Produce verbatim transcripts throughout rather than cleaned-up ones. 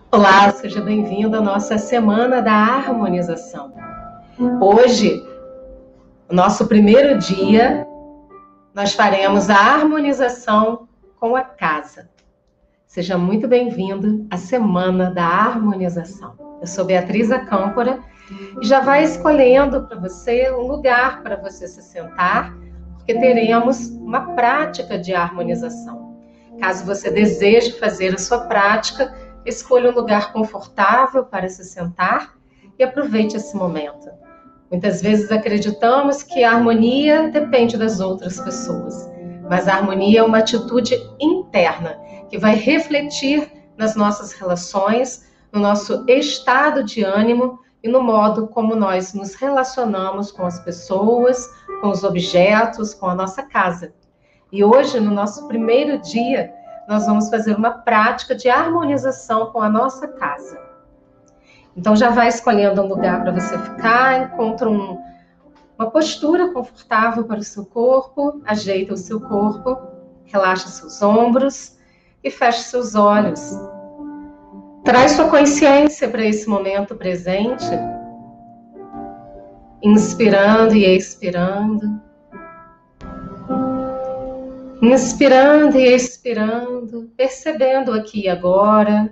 Olá, seja bem-vindo à nossa Semana da Harmonização. Hoje, o nosso primeiro dia, nós faremos a harmonização com a casa. Seja muito bem-vindo à Semana da Harmonização. Eu sou Beatriz Acâmpora e já vai escolhendo para você um lugar para você se sentar, porque teremos uma prática de harmonização. Caso você deseje fazer a sua prática, escolha um lugar confortável para se sentar e aproveite esse momento. Muitas vezes acreditamos que a harmonia depende das outras pessoas, mas a harmonia é uma atitude interna que vai refletir nas nossas relações, no nosso estado de ânimo e no modo como nós nos relacionamos com as pessoas, com os objetos, com a nossa casa. E hoje, no nosso primeiro dia, nós vamos fazer uma prática de harmonização com a nossa casa. Então já vai escolhendo um lugar para você ficar, encontra um, uma postura confortável para o seu corpo, ajeita o seu corpo, relaxa seus ombros e feche seus olhos. Traz sua consciência para esse momento presente, inspirando e expirando. Inspirando e expirando, percebendo aqui e agora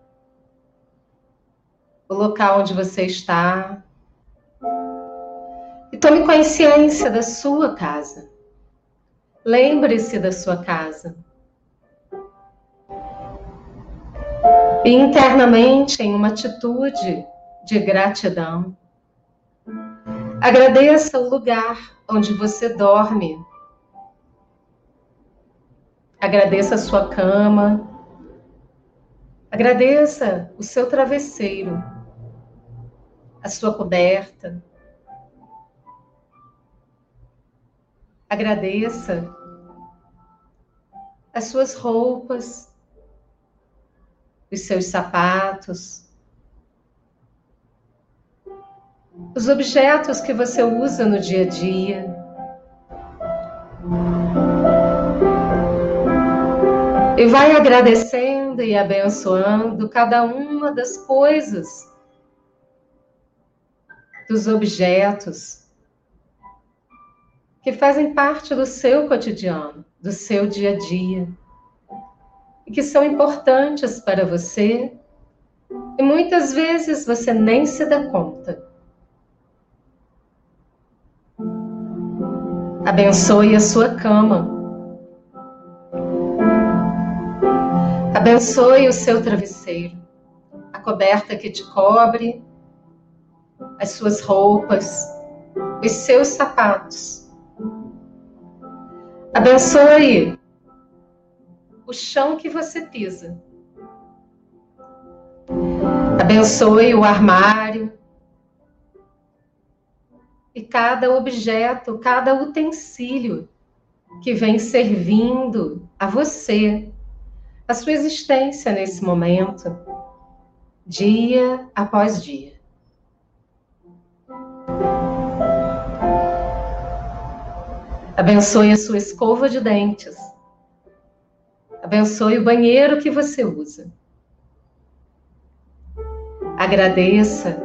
o local onde você está. E tome consciência da sua casa. Lembre-se da sua casa. E internamente, em uma atitude de gratidão, agradeça o lugar onde você dorme. Agradeça a sua cama. Agradeça o seu travesseiro, a sua coberta. Agradeça as suas roupas, os seus sapatos, os objetos que você usa no dia a dia. E vai agradecendo e abençoando cada uma das coisas, dos objetos que fazem parte do seu cotidiano, do seu dia a dia, e que são importantes para você, e muitas vezes você nem se dá conta. Abençoe a sua cama. Abençoe o seu travesseiro, a coberta que te cobre, as suas roupas, os seus sapatos. Abençoe o chão que você pisa. Abençoe o armário e cada objeto, cada utensílio que vem servindo a você, a sua existência nesse momento, dia após dia. Abençoe a sua escova de dentes. Abençoe o banheiro que você usa. Agradeça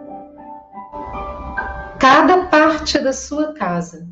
cada parte da sua casa.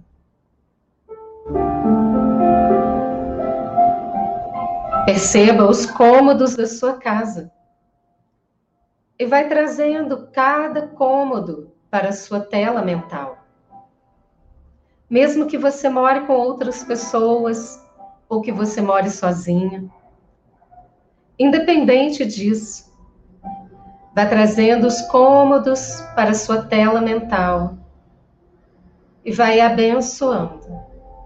Perceba os cômodos da sua casa. E vai trazendo cada cômodo para a sua tela mental. Mesmo que você more com outras pessoas, ou que você more sozinha. Independente disso, vai trazendo os cômodos para a sua tela mental. E vai abençoando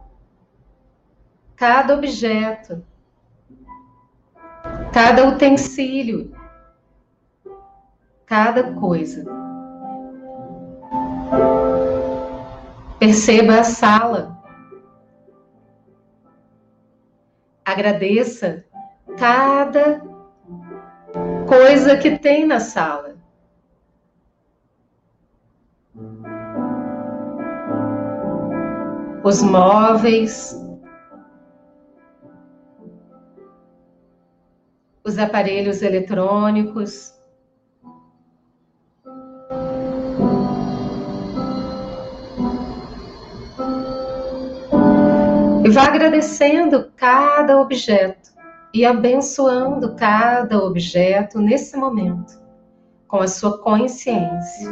cada objeto, cada utensílio, cada coisa. Perceba a sala. Agradeça cada coisa que tem na sala. Os móveis, os aparelhos eletrônicos. E vá agradecendo cada objeto e abençoando cada objeto nesse momento, com a sua consciência.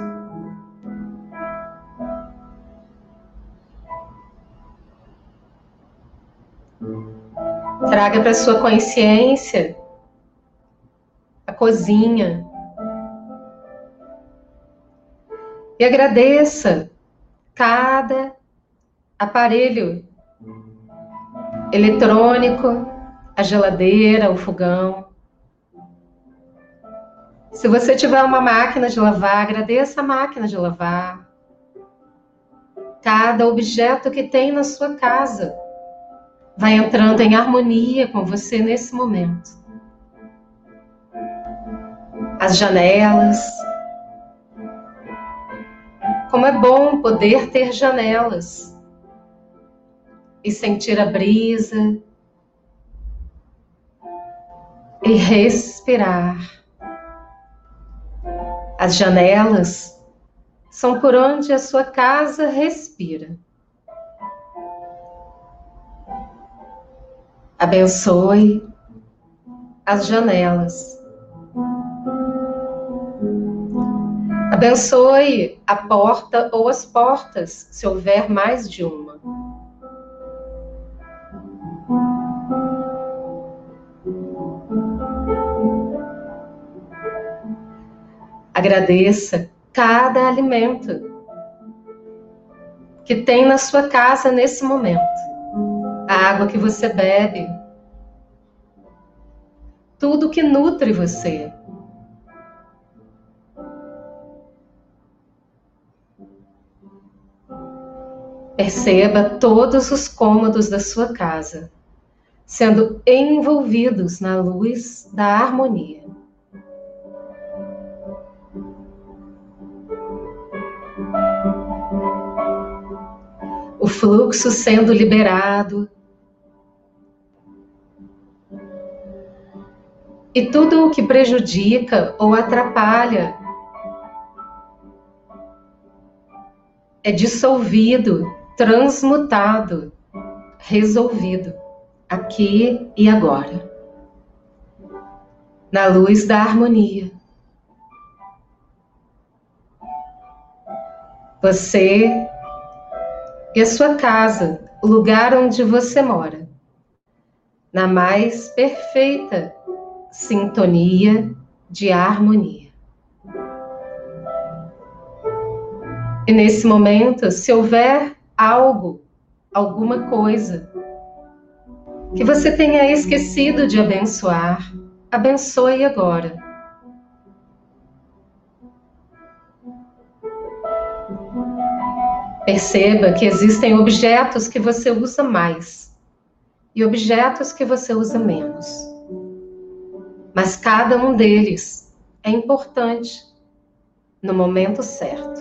Traga para a sua consciência a cozinha e agradeça cada aparelho eletrônico, a geladeira, o fogão. Se você tiver uma máquina de lavar, agradeça a máquina de lavar. Cada objeto que tem na sua casa vai entrando em harmonia com você nesse momento. As janelas. Como é bom poder ter janelas e sentir a brisa e respirar. As janelas são por onde a sua casa respira. Abençoe as janelas. Abençoe a porta ou as portas, se houver mais de uma. Agradeça cada alimento que tem na sua casa nesse momento. A água que você bebe. Tudo que nutre você. Perceba todos os cômodos da sua casa sendo envolvidos na luz da harmonia. O fluxo sendo liberado. E tudo o que prejudica ou atrapalha é dissolvido, transmutado, resolvido, aqui e agora, na luz da harmonia. Você e a sua casa, o lugar onde você mora, na mais perfeita sintonia de harmonia. E nesse momento, se houver algo, alguma coisa que você tenha esquecido de abençoar, abençoe agora. Perceba que existem objetos que você usa mais e objetos que você usa menos. Mas cada um deles é importante no momento certo.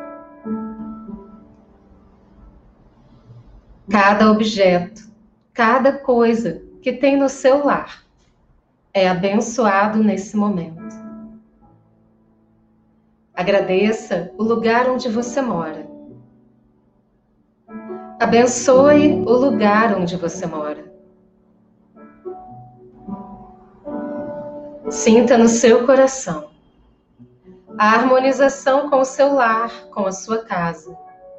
Cada objeto, cada coisa que tem no seu lar é abençoado nesse momento. Agradeça o lugar onde você mora. Abençoe o lugar onde você mora. Sinta no seu coração a harmonização com o seu lar, com a sua casa.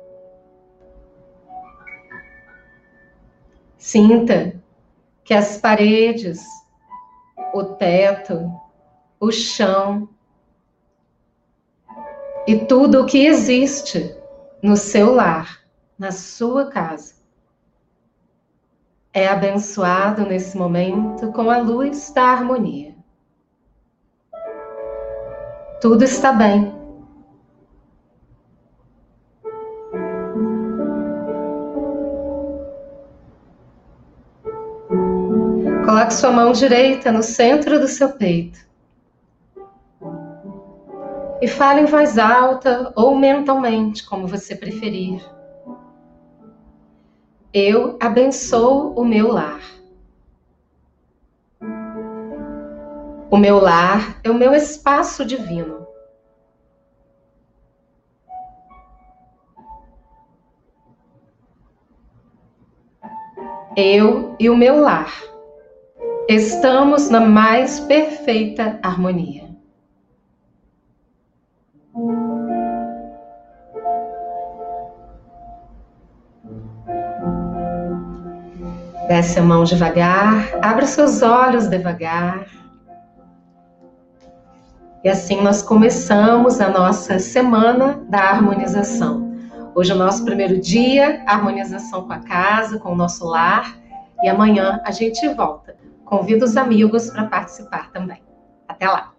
Sinta que as paredes, o teto, o chão e tudo o que existe no seu lar, na sua casa, é abençoado nesse momento com a luz da harmonia. Tudo está bem. Coloque sua mão direita no centro do seu peito. E fale em voz alta ou mentalmente, como você preferir. Eu abençoo o meu lar. O meu lar é o meu espaço divino. Eu e o meu lar estamos na mais perfeita harmonia. Desce a mão devagar, abra seus olhos devagar. E assim nós começamos a nossa semana da harmonização. Hoje é o nosso primeiro dia, harmonização com a casa, com o nosso lar. E amanhã a gente volta. Convido os amigos para participar também. Até lá!